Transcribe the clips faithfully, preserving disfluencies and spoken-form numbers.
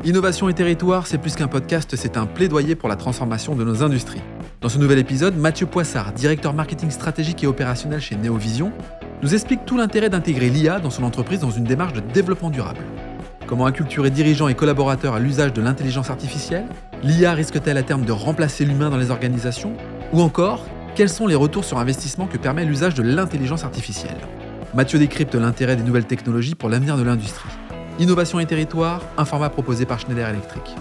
Innovation et territoire, c'est plus qu'un podcast, c'est un plaidoyer pour la transformation de nos industries. Dans ce nouvel épisode, Mathieu Poissard, directeur marketing stratégique et opérationnel chez Néovision, nous explique tout l'intérêt d'intégrer l'I A dans son entreprise dans une démarche de développement durable. Comment acculturer dirigeants et collaborateurs à l'usage de l'intelligence artificielle ? L'I A risque-t-elle à terme de remplacer l'humain dans les organisations ? Ou encore, quels sont les retours sur investissement que permet l'usage de l'intelligence artificielle ? Mathieu décrypte l'intérêt des nouvelles technologies pour l'avenir de l'industrie. Innovation et territoire, un format proposé par Schneider Electric.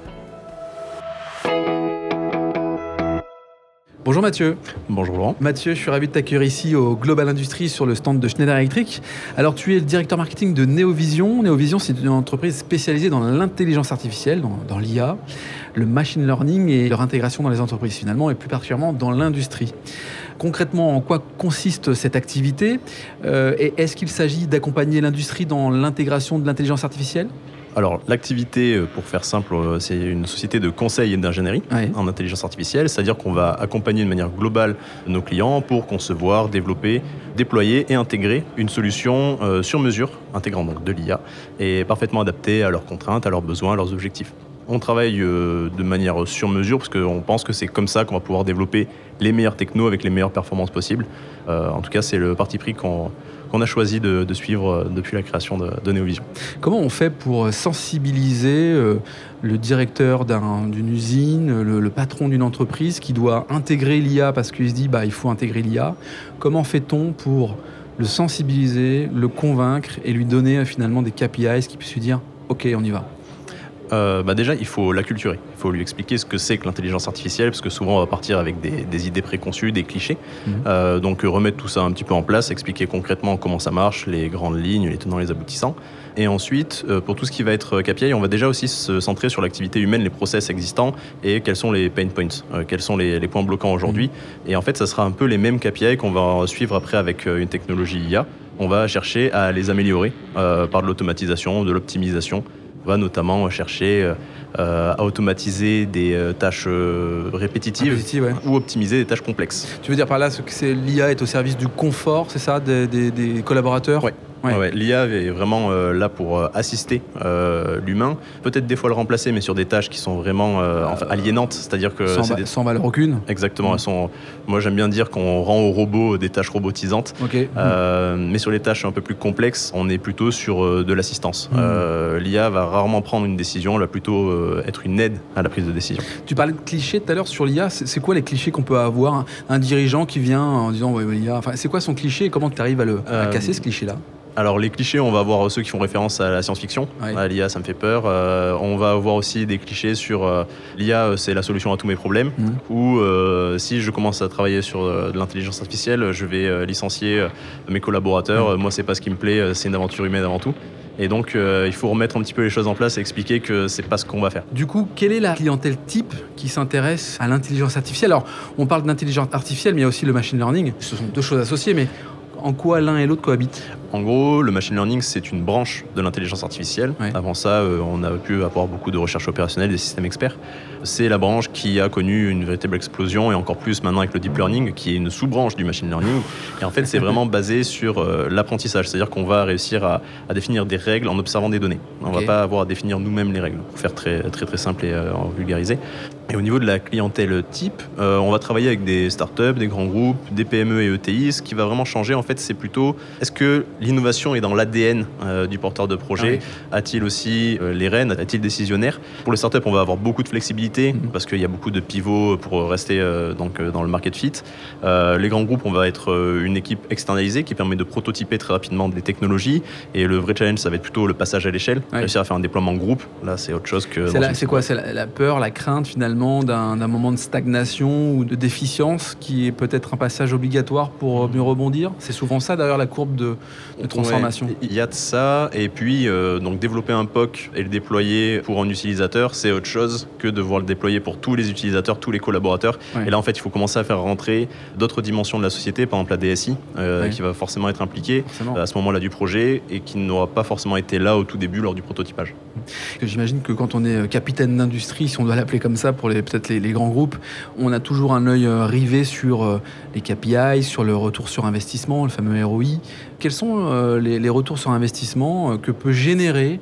Bonjour Mathieu. Bonjour Laurent. Mathieu, je suis ravi de t'accueillir ici au Global Industries sur le stand de Schneider Electric. Alors tu es le directeur marketing de Néovision. Néovision, c'est une entreprise spécialisée dans l'intelligence artificielle, dans, dans l'I A, le machine learning et leur intégration dans les entreprises finalement, et plus particulièrement dans l'industrie. Concrètement, en quoi consiste cette activité euh, et est-ce qu'il s'agit d'accompagner l'industrie dans l'intégration de l'intelligence artificielle ? Alors, l'activité, pour faire simple, c'est une société de conseil et d'ingénierie oui. en intelligence artificielle, c'est-à-dire qu'on va accompagner de manière globale nos clients pour concevoir, développer, déployer et intégrer une solution euh, sur mesure, intégrant donc de l'I A, et parfaitement adaptée à leurs contraintes, à leurs besoins, à leurs objectifs. On travaille euh, de manière sur mesure parce qu'on pense que c'est comme ça qu'on va pouvoir développer les meilleures technos avec les meilleures performances possibles. Euh, en tout cas, c'est le parti pris qu'on, qu'on a choisi de, de suivre depuis la création de, de Néovision. Comment on fait pour sensibiliser euh, le directeur d'un, d'une usine, le, le patron d'une entreprise qui doit intégrer l'I A parce qu'il se dit bah, il faut intégrer l'I A ? Comment fait-on pour le sensibiliser, le convaincre et lui donner euh, finalement des K P Is qui puissent lui dire « Ok, on y va ». Euh, bah déjà, il faut l'acculturer. Il faut lui expliquer ce que c'est que l'intelligence artificielle, parce que souvent, on va partir avec des, des idées préconçues, des clichés. Mmh. Euh, donc, remettre tout ça un petit peu en place, expliquer concrètement comment ça marche, les grandes lignes, les tenants, les aboutissants. Et ensuite, euh, pour tout ce qui va être K P I, on va déjà aussi se centrer sur l'activité humaine, les process existants et quels sont les pain points, euh, quels sont les, les points bloquants aujourd'hui. Mmh. Et en fait, ça sera un peu les mêmes K P I qu'on va suivre après avec une technologie I A. On va chercher à les améliorer euh, par de l'automatisation, de l'optimisation. On va notamment chercher euh, à automatiser des euh, tâches euh, répétitives Répétitive, ouais. ou optimiser des tâches complexes. Tu veux dire par là que c'est, l'I A est au service du confort, c'est ça, des, des, des collaborateurs ? Oui. Ouais. Ouais, l'I A est vraiment euh, là pour euh, assister euh, l'humain, peut-être des fois le remplacer, mais sur des tâches qui sont vraiment euh, enfin, aliénantes, c'est-à-dire que sans, c'est va, des... sans valeur aucune. Exactement. Mmh. Elles sont... Moi, j'aime bien dire qu'on rend aux robots des tâches robotisantes, okay. euh, mmh. mais sur les tâches un peu plus complexes, on est plutôt sur euh, de l'assistance. Mmh. Euh, L'I A va rarement prendre une décision, elle va plutôt euh, être une aide à la prise de décision. Tu parlais de clichés tout à l'heure sur l'I A. C'est, c'est quoi les clichés qu'on peut avoir ? Un, un dirigeant qui vient en disant ouais, l'I A. Enfin, c'est quoi son cliché et comment tu arrives à, le, à casser euh... ce cliché-là ? Alors les clichés, on va avoir ceux qui font référence à la science-fiction. Ouais. À l'I A, ça me fait peur. Euh, on va avoir aussi des clichés sur euh, l'I A, c'est la solution à tous mes problèmes. Mmh. Ou euh, si je commence à travailler sur euh, de l'intelligence artificielle, je vais euh, licencier euh, mes collaborateurs. Mmh. Moi, c'est pas ce qui me plaît. C'est une aventure humaine avant tout. Et donc, euh, il faut remettre un petit peu les choses en place et expliquer que c'est pas ce qu'on va faire. Du coup, quelle est la clientèle type qui s'intéresse à l'intelligence artificielle ? Alors, on parle d'intelligence artificielle, mais il y a aussi le machine learning. Ce sont deux choses associées, mais en quoi l'un et l'autre cohabitent ? En gros, le machine learning, c'est une branche de l'intelligence artificielle. Ouais. Avant ça, euh, on a pu avoir beaucoup de recherche opérationnelle, des systèmes experts. C'est la branche qui a connu une véritable explosion, et encore plus maintenant avec le deep learning, qui est une sous-branche du machine learning. Et en fait, c'est vraiment basé sur euh, l'apprentissage, c'est-à-dire qu'on va réussir à, à définir des règles en observant des données. On ne okay. va pas avoir à définir nous-mêmes les règles, pour faire très très, très simple et euh, vulgarisé. Et au niveau de la clientèle type, euh, on va travailler avec des startups, des grands groupes, des P M E et E T I. Ce qui va vraiment changer, en fait, c'est plutôt est-ce que l'innovation est dans l'A D N euh, du porteur de projet ? Ah oui. A-t-il aussi euh, les rênes ? A-t-il décisionnaire ? Pour les startups, on va avoir beaucoup de flexibilité mmh. parce qu'il y a beaucoup de pivots pour rester euh, donc, euh, dans le market fit. Euh, les grands groupes, on va être euh, une équipe externalisée qui permet de prototyper très rapidement des technologies. Et le vrai challenge, ça va être plutôt le passage à l'échelle, oui. réussir à faire un déploiement groupe. Là, c'est autre chose que... C'est, la, c'est quoi ? C'est la, la peur, la crainte finalement D'un, d'un moment de stagnation ou de déficience qui est peut-être un passage obligatoire pour mieux rebondir. C'est souvent ça d'ailleurs la courbe de, de transformation. Ouais, il y a de ça et puis euh, donc développer un P O C et le déployer pour un utilisateur, c'est autre chose que de devoir le déployer pour tous les utilisateurs, tous les collaborateurs. Ouais. Et là en fait il faut commencer à faire rentrer d'autres dimensions de la société, par exemple la D S I euh, ouais. qui va forcément être impliquée forcément. à ce moment-là du projet et qui n'aura pas forcément été là au tout début lors du prototypage. J'imagine que quand on est capitaine d'industrie, si on doit l'appeler comme ça pour les, peut-être les, les grands groupes, on a toujours un œil rivé sur les K P I, sur le retour sur investissement, le fameux R O I. Quels sont les, les retours sur investissement que peut générer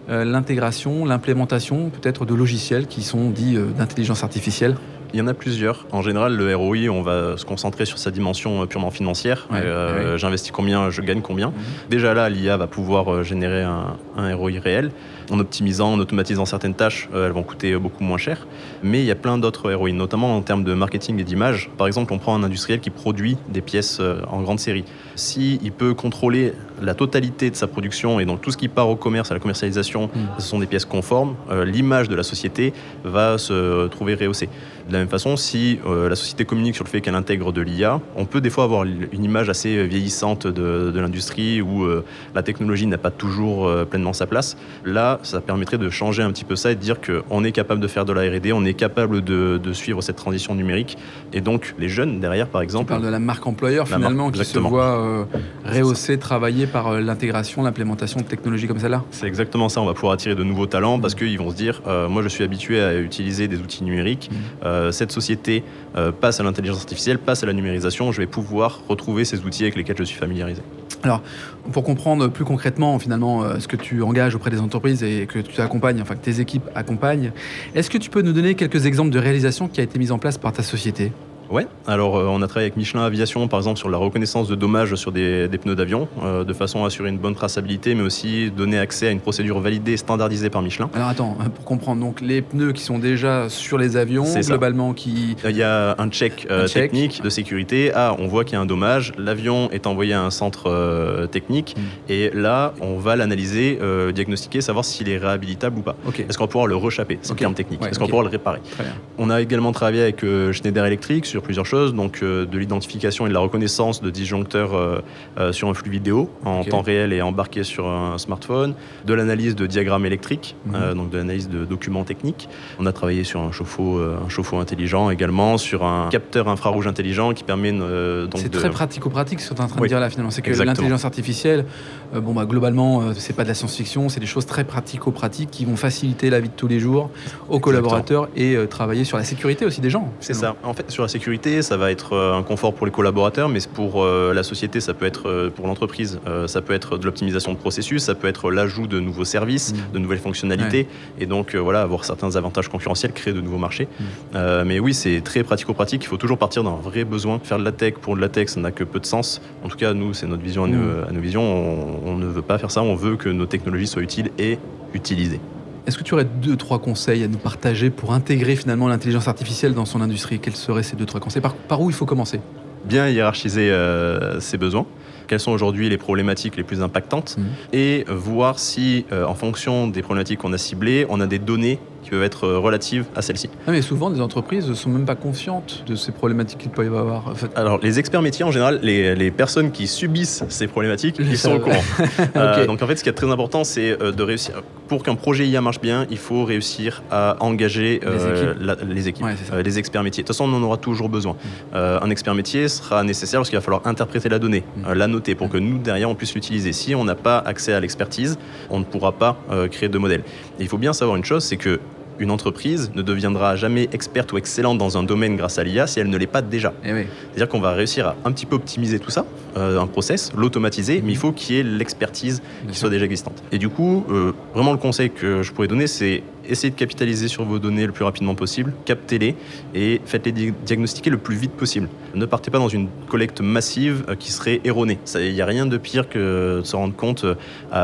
euh, l'intégration, l'implémentation peut-être de logiciels qui sont dits euh, d'intelligence artificielle ? Il y en a plusieurs. En général, le R O I, on va se concentrer sur sa dimension purement financière. Ouais, euh, ouais. J'investis combien, je gagne combien. Mmh. Déjà là, l'I A va pouvoir générer un, un R O I réel. En optimisant, en automatisant certaines tâches, euh, elles vont coûter beaucoup moins cher. Mais il y a plein d'autres R O I, notamment en termes de marketing et d'image. Par exemple, on prend un industriel qui produit des pièces euh, en grande série. S'il peut contrôler la totalité de sa production et donc tout ce qui part au commerce, à la commercialisation, mmh. ce sont des pièces conformes, euh, l'image de la société va se trouver rehaussée. De la même façon, si euh, la société communique sur le fait qu'elle intègre de l'I A, on peut des fois avoir une image assez vieillissante de, de l'industrie où euh, la technologie n'a pas toujours euh, pleinement sa place. Là, ça permettrait de changer un petit peu ça et de dire qu'on est capable de faire de la R et D, on est capable de, de suivre cette transition numérique. Et donc, les jeunes derrière, par exemple... Tu parles de la marque employeur, finalement, marque, qui se voit euh, rehausser, travailler par euh, l'intégration, l'implémentation de technologies comme celle-là. C'est exactement ça, on va pouvoir attirer de nouveaux talents mmh. parce qu'ils vont se dire, euh, moi je suis habitué à utiliser des outils numériques, mmh. euh, cette société euh, passe à l'intelligence artificielle, passe à la numérisation, je vais pouvoir retrouver ces outils avec lesquels je suis familiarisé. Alors, pour comprendre plus concrètement, finalement, euh, ce que tu engages auprès des entreprises et que tu accompagnes, enfin que tes équipes accompagnent, est-ce que tu peux nous donner quelques exemples de réalisations qui a été mise en place par ta société ? Ouais, alors euh, on a travaillé avec Michelin Aviation par exemple sur la reconnaissance de dommages sur des, des pneus d'avion euh, de façon à assurer une bonne traçabilité mais aussi donner accès à une procédure validée et standardisée par Michelin. Alors attends, pour comprendre, donc les pneus qui sont déjà sur les avions, c'est globalement ça. Qui... Il y a un check, euh, un check technique de sécurité. Ah, on voit qu'il y a un dommage, l'avion est envoyé à un centre euh, technique mmh. et là on va l'analyser, euh, diagnostiquer, savoir s'il est réhabilitable ou pas. Okay. Est-ce qu'on va pouvoir le rechapper, c'est okay. le terme technique. Ouais, Est-ce okay. qu'on va pouvoir le réparer. On a également travaillé avec euh, Schneider Electric sur plusieurs choses, donc euh, de l'identification et de la reconnaissance de disjoncteurs euh, euh, sur un flux vidéo en okay. temps réel et embarqué sur un smartphone, de l'analyse de diagrammes électriques, mmh. euh, donc de l'analyse de documents techniques. On a travaillé sur un chauffe-eau, euh, un chauffe-eau intelligent également, sur un capteur infrarouge intelligent qui permet euh, donc c'est de... très pratico-pratique ce que tu es en train oui. de dire là finalement, c'est que Exactement. L'intelligence artificielle, euh, bon bah globalement euh, c'est pas de la science-fiction, c'est des choses très pratico-pratiques qui vont faciliter la vie de tous les jours aux collaborateurs Exactement. Et euh, travailler sur la sécurité aussi des gens. C'est ça. En fait, sur la sécurité, ça va être un confort pour les collaborateurs, mais pour euh, la société, ça peut être euh, pour l'entreprise, euh, ça peut être de l'optimisation de processus, ça peut être l'ajout de nouveaux services, mmh. de nouvelles fonctionnalités, ouais. et donc euh, voilà, avoir certains avantages concurrentiels, créer de nouveaux marchés. Mmh. Euh, mais oui, c'est très pratico-pratique. Il faut toujours partir d'un vrai besoin. Faire de la tech pour de la tech, ça n'a que peu de sens. En tout cas, nous, c'est notre vision à, mmh. nos, à nos visions. On, on ne veut pas faire ça. On veut que nos technologies soient utiles et utilisées. Est-ce que tu aurais deux, trois conseils à nous partager pour intégrer finalement l'intelligence artificielle dans son industrie ? Quels seraient ces deux, trois conseils ? Par, par où il faut commencer ? Bien hiérarchiser euh, ses besoins. Quelles sont aujourd'hui les problématiques les plus impactantes mmh. et voir si, euh, en fonction des problématiques qu'on a ciblées, on a des données qui peuvent être relatives à celles-ci. Ah mais souvent, des entreprises ne sont même pas conscientes de ces problématiques qu'il peut y avoir. En fait. Alors, les experts métiers, en général, les, les personnes qui subissent ces problématiques, ils sont au courant. okay. euh, donc, en fait, ce qui est très important, c'est de réussir. Pour qu'un projet I A marche bien, il faut réussir à engager euh, les équipes, la, les, équipes ouais, euh, les experts métiers. De toute façon, on en aura toujours besoin. Mmh. Euh, un expert métier sera nécessaire parce qu'il va falloir interpréter la donnée, mmh. euh, la noter pour que nous, derrière, on puisse l'utiliser. Si on n'a pas accès à l'expertise, on ne pourra pas euh, créer de modèle. Et il faut bien savoir une chose, c'est que une entreprise ne deviendra jamais experte ou excellente dans un domaine grâce à l'I A si elle ne l'est pas déjà. Eh oui. C'est-à-dire qu'on va réussir à un petit peu optimiser tout ça, euh, un process, l'automatiser, mmh. mais il faut qu'il y ait l'expertise Bien qui sûr. Soit déjà existante. Et du coup, euh, vraiment le conseil que je pourrais donner, c'est essayez de capitaliser sur vos données le plus rapidement possible, captez-les et faites-les di- diagnostiquer le plus vite possible. Ne partez pas dans une collecte massive euh, qui serait erronée. Il n'y a rien de pire que de se rendre compte euh,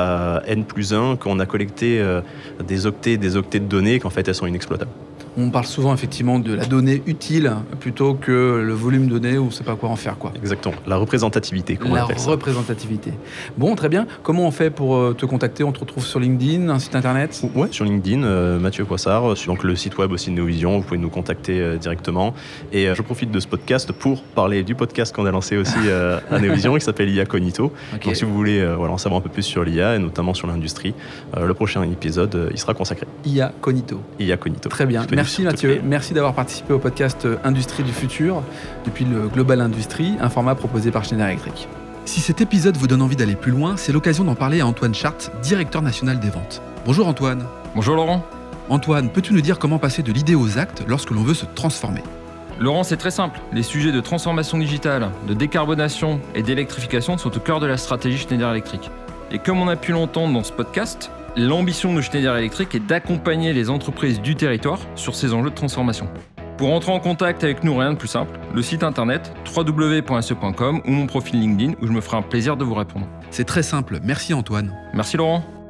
à N plus un qu'on a collecté euh, des octets des octets de données qu'en fait elles sont inexploitables. On parle souvent effectivement de la donnée utile plutôt que le volume de données où on ne sait pas quoi en faire. Quoi. Exactement, la représentativité. Comme la on appelle ça. représentativité. Bon, très bien. Comment on fait pour te contacter ? On te retrouve sur LinkedIn, un site internet ? Ouais, sur LinkedIn, euh, Mathieu Poissard, sur donc, le site web aussi de Néovision, vous pouvez nous contacter euh, directement. Et euh, je profite de ce podcast pour parler du podcast qu'on a lancé aussi euh, à Néovision, qui s'appelle I A Cognito. Okay. Donc si vous voulez euh, voilà, en savoir un peu plus sur l'I A et notamment sur l'industrie, euh, le prochain épisode, euh, il sera consacré. I A Cognito. I A Cognito. Très bien. Merci Mathieu, merci d'avoir participé au podcast Industrie du futur depuis le Global Industrie, un format proposé par Schneider Electric. Si cet épisode vous donne envie d'aller plus loin, c'est l'occasion d'en parler à Antoine Chart, directeur national des ventes. Bonjour Antoine. Bonjour Laurent. Antoine, peux-tu nous dire comment passer de l'idée aux actes lorsque l'on veut se transformer ? Laurent, c'est très simple. Les sujets de transformation digitale, de décarbonation et d'électrification sont au cœur de la stratégie Schneider Electric. Et comme on a pu l'entendre dans ce podcast, L'ambition de Schneider Electric est d'accompagner les entreprises du territoire sur ces enjeux de transformation. Pour entrer en contact avec nous, rien de plus simple, le site internet w w w point s e point com ou mon profil LinkedIn où je me ferai un plaisir de vous répondre. C'est très simple, merci Antoine. Merci Laurent.